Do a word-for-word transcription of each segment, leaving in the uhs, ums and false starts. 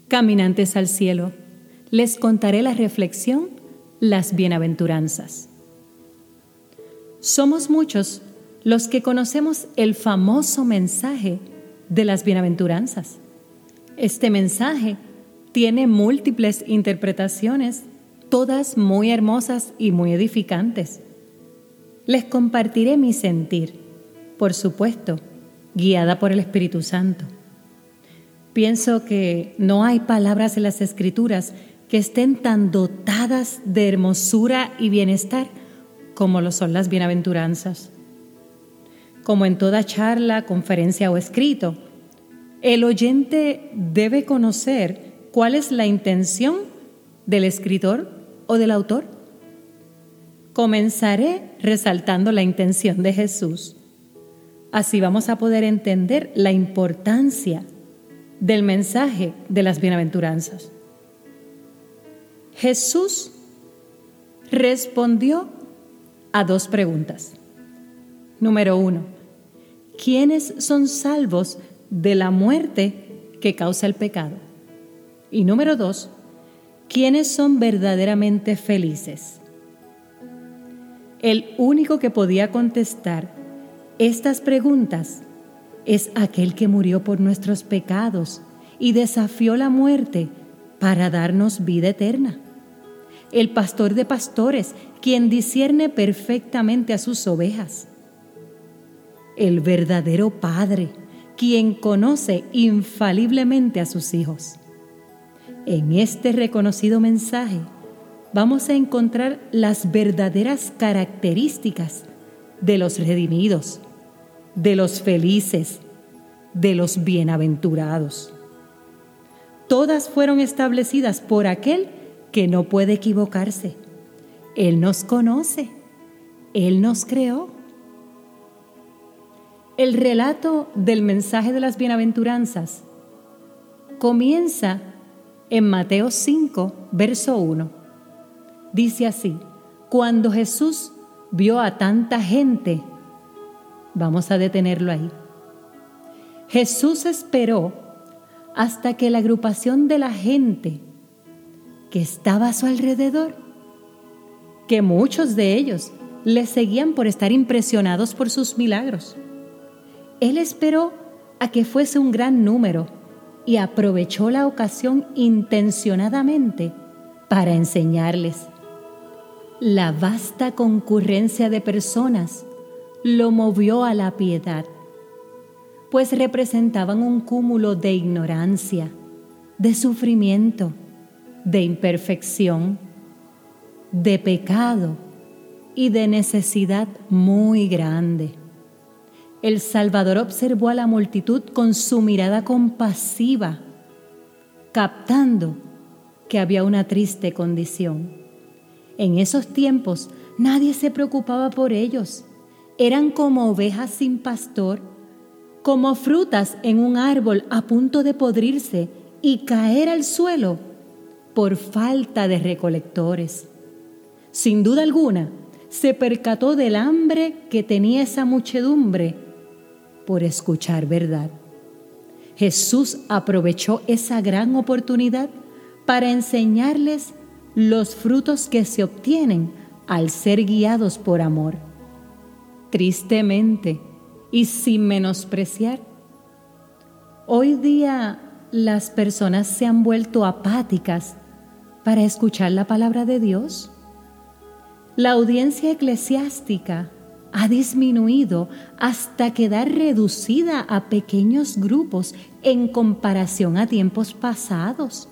Caminantes al cielo, les contaré la reflexión, las bienaventuranzas. Somos muchos los que conocemos el famoso mensaje de las bienaventuranzas. Este mensaje tiene múltiples interpretaciones, todas muy hermosas y muy edificantes. Les compartiré mi sentir, por supuesto, guiada por el Espíritu Santo. Pienso que no hay palabras en las Escrituras que estén tan dotadas de hermosura y bienestar como lo son las bienaventuranzas. Como en toda charla, conferencia o escrito, el oyente debe conocer cuál es la intención del escritor o del autor. Comenzaré resaltando la intención de Jesús. Así vamos a poder entender la importancia del mensaje de las bienaventuranzas. Jesús respondió a dos preguntas. Número uno, ¿quiénes son salvos de la muerte que causa el pecado? Y número dos, ¿quiénes son verdaderamente felices? El único que podía contestar estas preguntas es aquel que murió por nuestros pecados y desafió la muerte para darnos vida eterna. El pastor de pastores, quien discierne perfectamente a sus ovejas. El verdadero Padre, quien conoce infaliblemente a sus hijos. En este reconocido mensaje vamos a encontrar las verdaderas características de los redimidos, de los felices, de los bienaventurados. Todas fueron establecidas por aquel que no puede equivocarse. Él nos conoce, Él nos creó. El relato del mensaje de las bienaventuranzas comienza en Mateo cinco, verso uno. Dice así: cuando Jesús vio a tanta gente, vamos a detenerlo ahí. Jesús esperó hasta que la agrupación de la gente que estaba a su alrededor, que muchos de ellos le seguían por estar impresionados por sus milagros. Él esperó a que fuese un gran número y aprovechó la ocasión intencionadamente para enseñarles. La vasta concurrencia de personas lo movió a la piedad, pues representaban un cúmulo de ignorancia, de sufrimiento, de imperfección, de pecado y de necesidad muy grande. El Salvador observó a la multitud con su mirada compasiva, captando que había una triste condición. En esos tiempos nadie se preocupaba por ellos. Eran como ovejas sin pastor, como frutas en un árbol a punto de podrirse y caer al suelo por falta de recolectores. Sin duda alguna, se percató del hambre que tenía esa muchedumbre por escuchar verdad. Jesús aprovechó esa gran oportunidad para enseñarles los frutos que se obtienen al ser guiados por amor. Tristemente y sin menospreciar, hoy día las personas se han vuelto apáticas para escuchar la palabra de Dios. La audiencia eclesiástica ha disminuido hasta quedar reducida a pequeños grupos en comparación a tiempos pasados.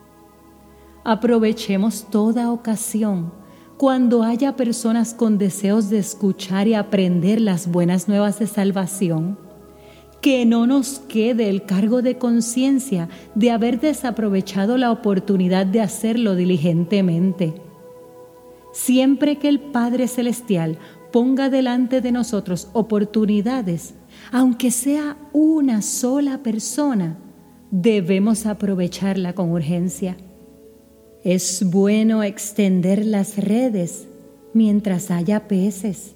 Aprovechemos toda ocasión cuando haya personas con deseos de escuchar y aprender las buenas nuevas de salvación, que no nos quede el cargo de conciencia de haber desaprovechado la oportunidad de hacerlo diligentemente. Siempre que el Padre Celestial ponga delante de nosotros oportunidades, aunque sea una sola persona, debemos aprovecharla con urgencia. Es bueno extender las redes mientras haya peces.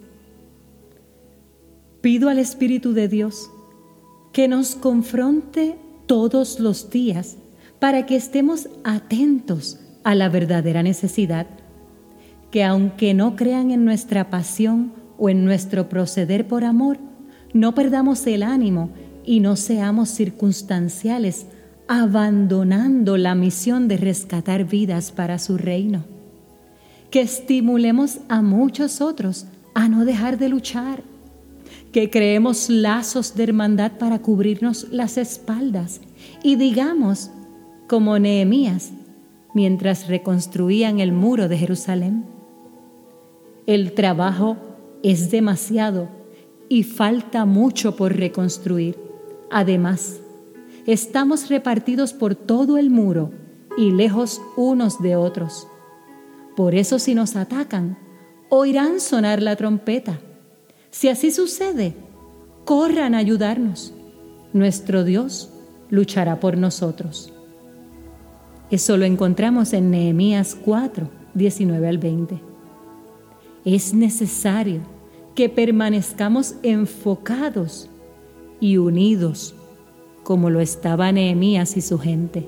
Pido al Espíritu de Dios que nos confronte todos los días para que estemos atentos a la verdadera necesidad, que aunque no crean en nuestra pasión o en nuestro proceder por amor, no perdamos el ánimo y no seamos circunstanciales, abandonando la misión de rescatar vidas para su reino. Que estimulemos a muchos otros a no dejar de luchar, que creemos lazos de hermandad para cubrirnos las espaldas y digamos, como Nehemías, mientras reconstruían el muro de Jerusalén: el trabajo es demasiado y falta mucho por reconstruir. Además, estamos repartidos por todo el muro y lejos unos de otros. Por eso, si nos atacan, oirán sonar la trompeta. Si así sucede, corran a ayudarnos. Nuestro Dios luchará por nosotros. Eso lo encontramos en Nehemías cuatro, diecinueve al veinte. Es necesario que permanezcamos enfocados y unidos, como lo estaba Nehemías y su gente.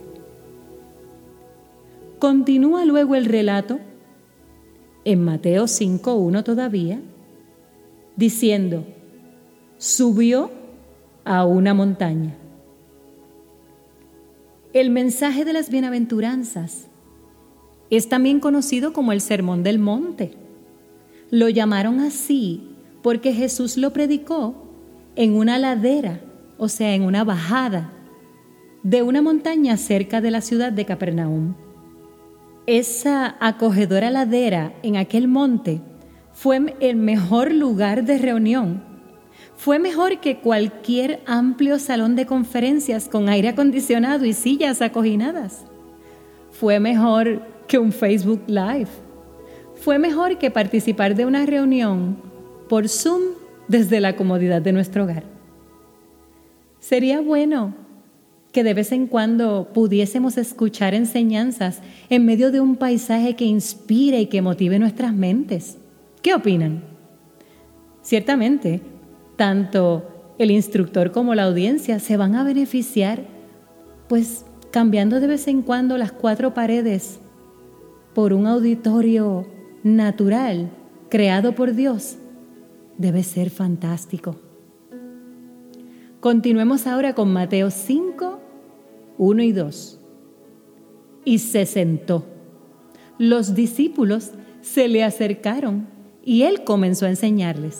Continúa luego el relato en Mateo cinco uno todavía, diciendo: subió a una montaña. El mensaje de las bienaventuranzas es también conocido como el Sermón del Monte. Lo llamaron así porque Jesús lo predicó en una ladera, o sea, en una bajada de una montaña cerca de la ciudad de Capernaum. Esa acogedora ladera en aquel monte fue el mejor lugar de reunión. Fue mejor que cualquier amplio salón de conferencias con aire acondicionado y sillas acoginadas. Fue mejor que un Facebook Live. Fue mejor que participar de una reunión por Zoom desde la comodidad de nuestro hogar. Sería bueno que de vez en cuando pudiésemos escuchar enseñanzas en medio de un paisaje que inspire y que motive nuestras mentes. ¿Qué opinan? Ciertamente, tanto el instructor como la audiencia se van a beneficiar, pues cambiando de vez en cuando las cuatro paredes por un auditorio natural creado por Dios debe ser fantástico. Continuemos ahora con Mateo cinco, uno y dos. Y se sentó. Los discípulos se le acercaron y él comenzó a enseñarles.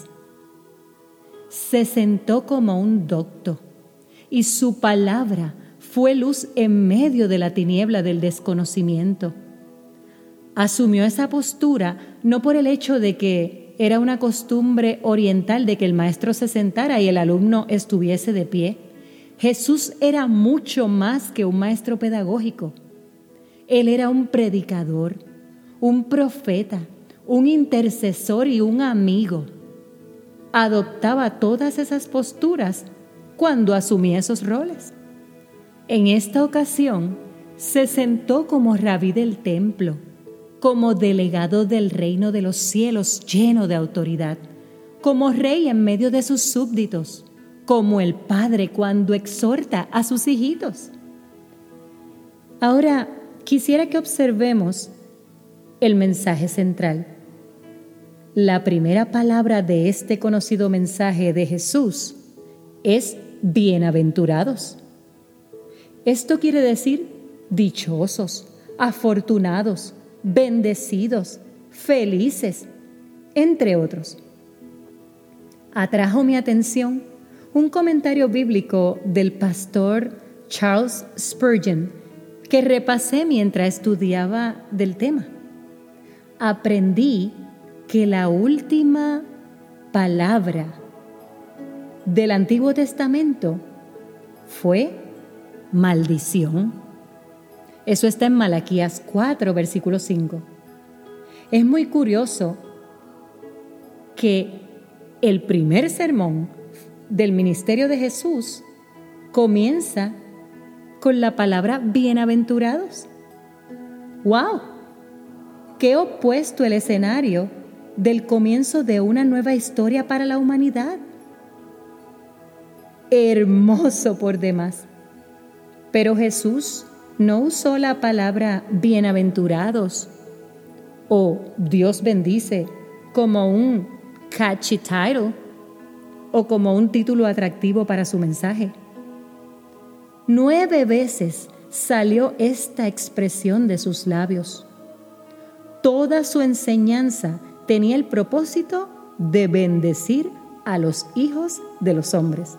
Se sentó como un docto y su palabra fue luz en medio de la tiniebla del desconocimiento. Asumió esa postura no por el hecho de que era una costumbre oriental de que el maestro se sentara y el alumno estuviese de pie. Jesús era mucho más que un maestro pedagógico. Él era un predicador, un profeta, un intercesor y un amigo. Adoptaba todas esas posturas cuando asumía esos roles. En esta ocasión, se sentó como rabí del templo, como delegado del reino de los cielos lleno de autoridad, como rey en medio de sus súbditos, como el padre cuando exhorta a sus hijitos. Ahora, quisiera que observemos el mensaje central. La primera palabra de este conocido mensaje de Jesús es bienaventurados. Esto quiere decir dichosos, afortunados, bendecidos, felices, entre otros. Atrajo mi atención un comentario bíblico del pastor Charles Spurgeon que repasé mientras estudiaba del tema. Aprendí que la última palabra del Antiguo Testamento fue maldición. Eso está en Malaquías cuatro, versículo cinco. Es muy curioso que el primer sermón del ministerio de Jesús comienza con la palabra bienaventurados. ¡Wow! ¡Qué opuesto el escenario del comienzo de una nueva historia para la humanidad! Hermoso por demás. Pero Jesús no usó la palabra bienaventurados o Dios bendice como un catchy title o como un título atractivo para su mensaje. Nueve veces salió esta expresión de sus labios. Toda su enseñanza tenía el propósito de bendecir a los hijos de los hombres.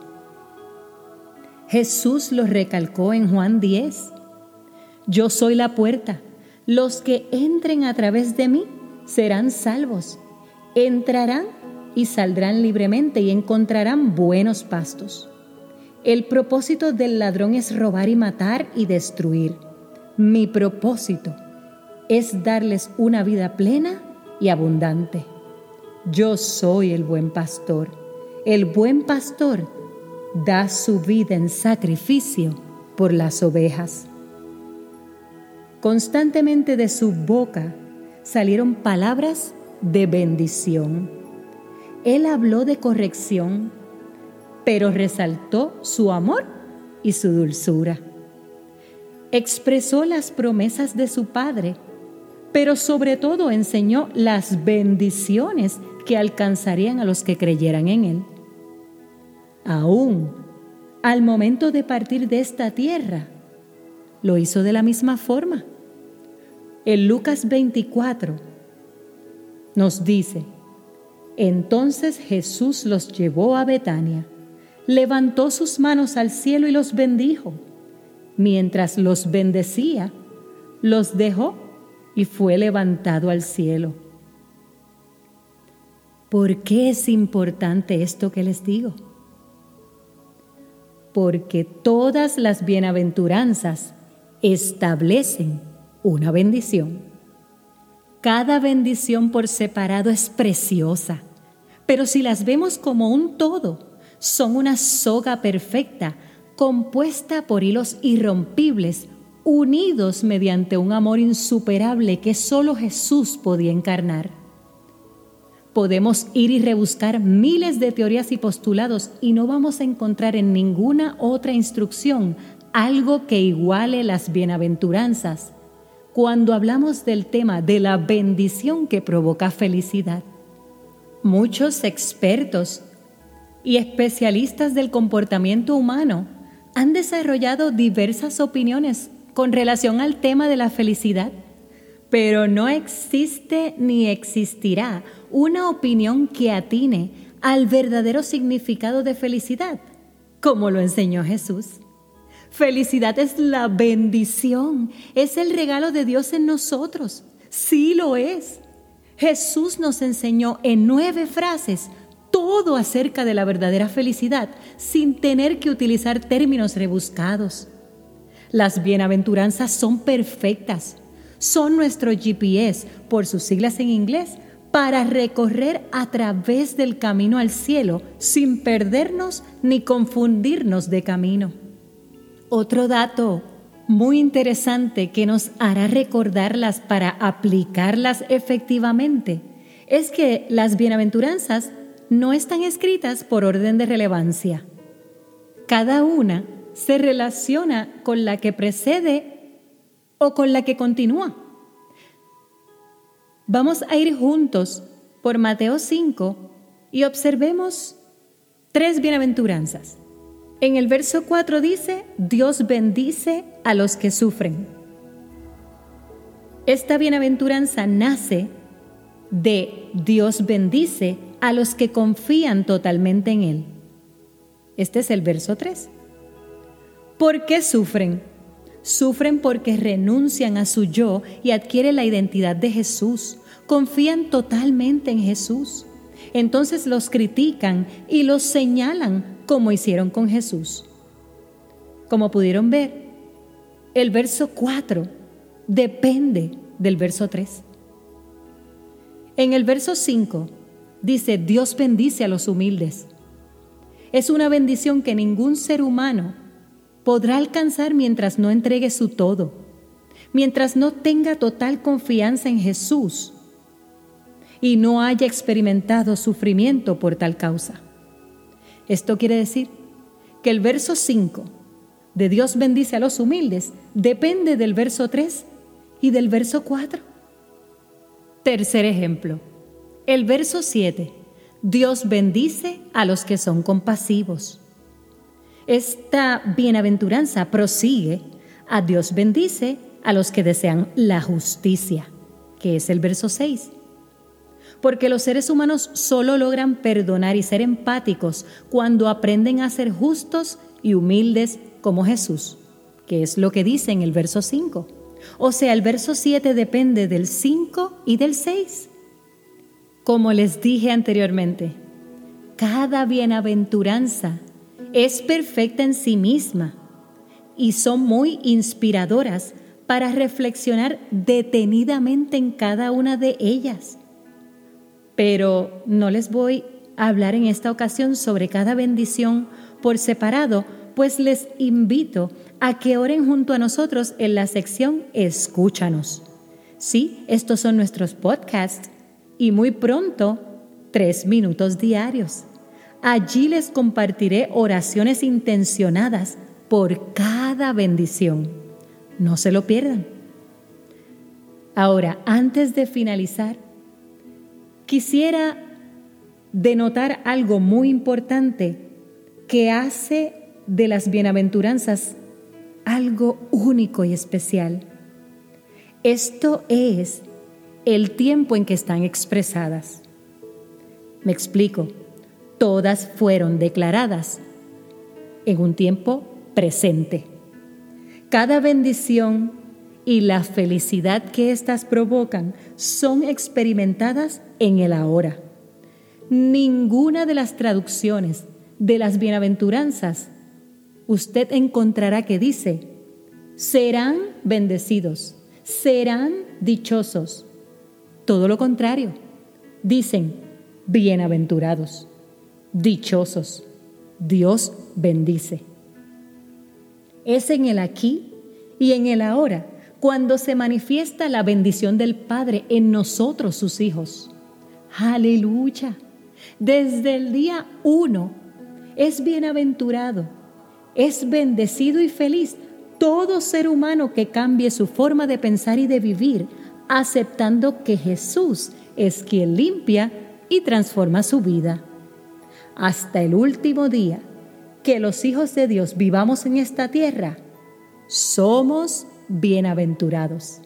Jesús lo recalcó en Juan diez. Yo soy la puerta. Los que entren a través de mí serán salvos. Entrarán y saldrán libremente y encontrarán buenos pastos. El propósito del ladrón es robar y matar y destruir. Mi propósito es darles una vida plena y abundante. Yo soy el buen pastor. El buen pastor da su vida en sacrificio por las ovejas. Constantemente de su boca salieron palabras de bendición. Él habló de corrección, pero resaltó su amor y su dulzura. Expresó las promesas de su Padre, pero sobre todo enseñó las bendiciones que alcanzarían a los que creyeran en Él. Aún al momento de partir de esta tierra, lo hizo de la misma forma. En Lucas veinticuatro nos dice: entonces Jesús los llevó a Betania, levantó sus manos al cielo y los bendijo. Mientras los bendecía, los dejó y fue levantado al cielo. ¿Por qué es importante esto que les digo? Porque todas las bienaventuranzas establecen una bendición. Cada bendición por separado es preciosa, pero si las vemos como un todo, son una soga perfecta, compuesta por hilos irrompibles, unidos mediante un amor insuperable que solo Jesús podía encarnar. Podemos ir y rebuscar miles de teorías y postulados y no vamos a encontrar en ninguna otra instrucción algo que iguale las bienaventuranzas cuando hablamos del tema de la bendición que provoca felicidad. Muchos expertos y especialistas del comportamiento humano han desarrollado diversas opiniones con relación al tema de la felicidad, pero no existe ni existirá una opinión que atine al verdadero significado de felicidad, como lo enseñó Jesús. Felicidad es la bendición, es el regalo de Dios en nosotros. Sí lo es. Jesús nos enseñó en nueve frases todo acerca de la verdadera felicidad, sin tener que utilizar términos rebuscados. Las bienaventuranzas son perfectas. Son nuestro G P S, por sus siglas en inglés, para recorrer a través del camino al cielo sin perdernos ni confundirnos de camino. Otro dato muy interesante que nos hará recordarlas para aplicarlas efectivamente es que las bienaventuranzas no están escritas por orden de relevancia. Cada una se relaciona con la que precede o con la que continúa. Vamos a ir juntos por Mateo cinco y observemos tres bienaventuranzas. En el verso cuatro dice: Dios bendice a los que sufren. Esta bienaventuranza nace de Dios bendice a los que confían totalmente en Él. Este es el verso tres. ¿Por qué sufren? Sufren porque renuncian a su yo y adquieren la identidad de Jesús. Confían totalmente en Jesús. Entonces los critican y los señalan como hicieron con Jesús. Como pudieron ver, el verso cuatro depende del verso tres. En el verso cinco dice: Dios bendice a los humildes. Es una bendición que ningún ser humano podrá alcanzar mientras no entregue su todo, mientras no tenga total confianza en Jesús y no haya experimentado sufrimiento por tal causa. Esto quiere decir que el verso cinco de Dios bendice a los humildes depende del verso tres y del verso cuatro. Tercer ejemplo, el verso siete. Dios bendice a los que son compasivos. Esta bienaventuranza prosigue a Dios bendice a los que desean la justicia, que es el verso seis. Porque los seres humanos solo logran perdonar y ser empáticos cuando aprenden a ser justos y humildes como Jesús, que es lo que dice en el verso cinco. O sea, el verso siete depende del cinco y del seis. Como les dije anteriormente, cada bienaventuranza es perfecta en sí misma y son muy inspiradoras para reflexionar detenidamente en cada una de ellas. Pero no les voy a hablar en esta ocasión sobre cada bendición por separado, pues les invito a que oren junto a nosotros en la sección Escúchanos. Sí, estos son nuestros podcasts y muy pronto, tres minutos diarios. Allí les compartiré oraciones intencionadas por cada bendición. No se lo pierdan. Ahora, antes de finalizar, quisiera denotar algo muy importante que hace de las bienaventuranzas algo único y especial. Esto es el tiempo en que están expresadas. Me explico. Todas fueron declaradas en un tiempo presente. Cada bendición y la felicidad que éstas provocan son experimentadas en el ahora. Ninguna de las traducciones de las bienaventuranzas usted encontrará que dice, serán bendecidos, serán dichosos. Todo lo contrario, dicen, bienaventurados, dichosos, Dios bendice. Es en el aquí y en el ahora cuando se manifiesta la bendición del Padre en nosotros, sus hijos. ¡Aleluya! Desde el día uno es bienaventurado, es bendecido y feliz todo ser humano que cambie su forma de pensar y de vivir, aceptando que Jesús es quien limpia y transforma su vida. Hasta el último día que los hijos de Dios vivamos en esta tierra, somos bienaventurados.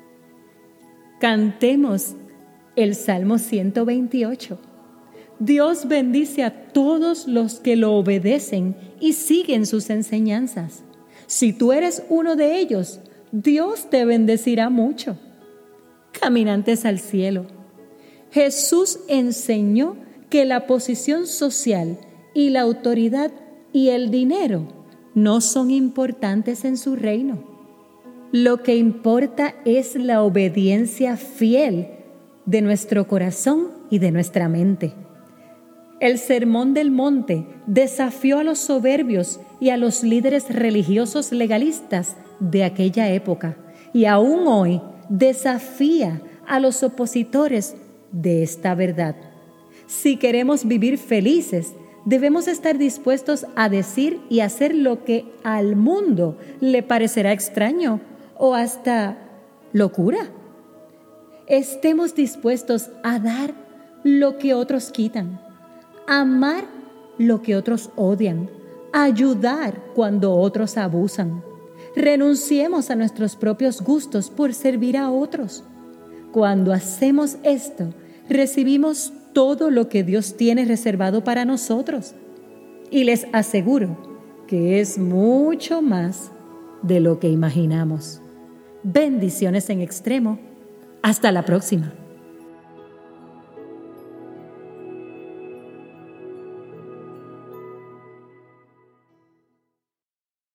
Cantemos el Salmo ciento veintiocho. Dios bendice a todos los que lo obedecen y siguen sus enseñanzas. Si tú eres uno de ellos, Dios te bendecirá mucho. Caminantes al cielo. Jesús enseñó que la posición social y la autoridad y el dinero no son importantes en su reino. Lo que importa es la obediencia fiel de nuestro corazón y de nuestra mente. El Sermón del Monte desafió a los soberbios y a los líderes religiosos legalistas de aquella época y aún hoy desafía a los opositores de esta verdad. Si queremos vivir felices, debemos estar dispuestos a decir y hacer lo que al mundo le parecerá extraño o hasta locura. Estemos dispuestos a dar lo que otros quitan, amar lo que otros odian, ayudar cuando otros abusan. Renunciemos a nuestros propios gustos por servir a otros. Cuando hacemos esto, recibimos todo lo que Dios tiene reservado para nosotros. Y les aseguro que es mucho más de lo que imaginamos. Bendiciones en extremo. Hasta la próxima.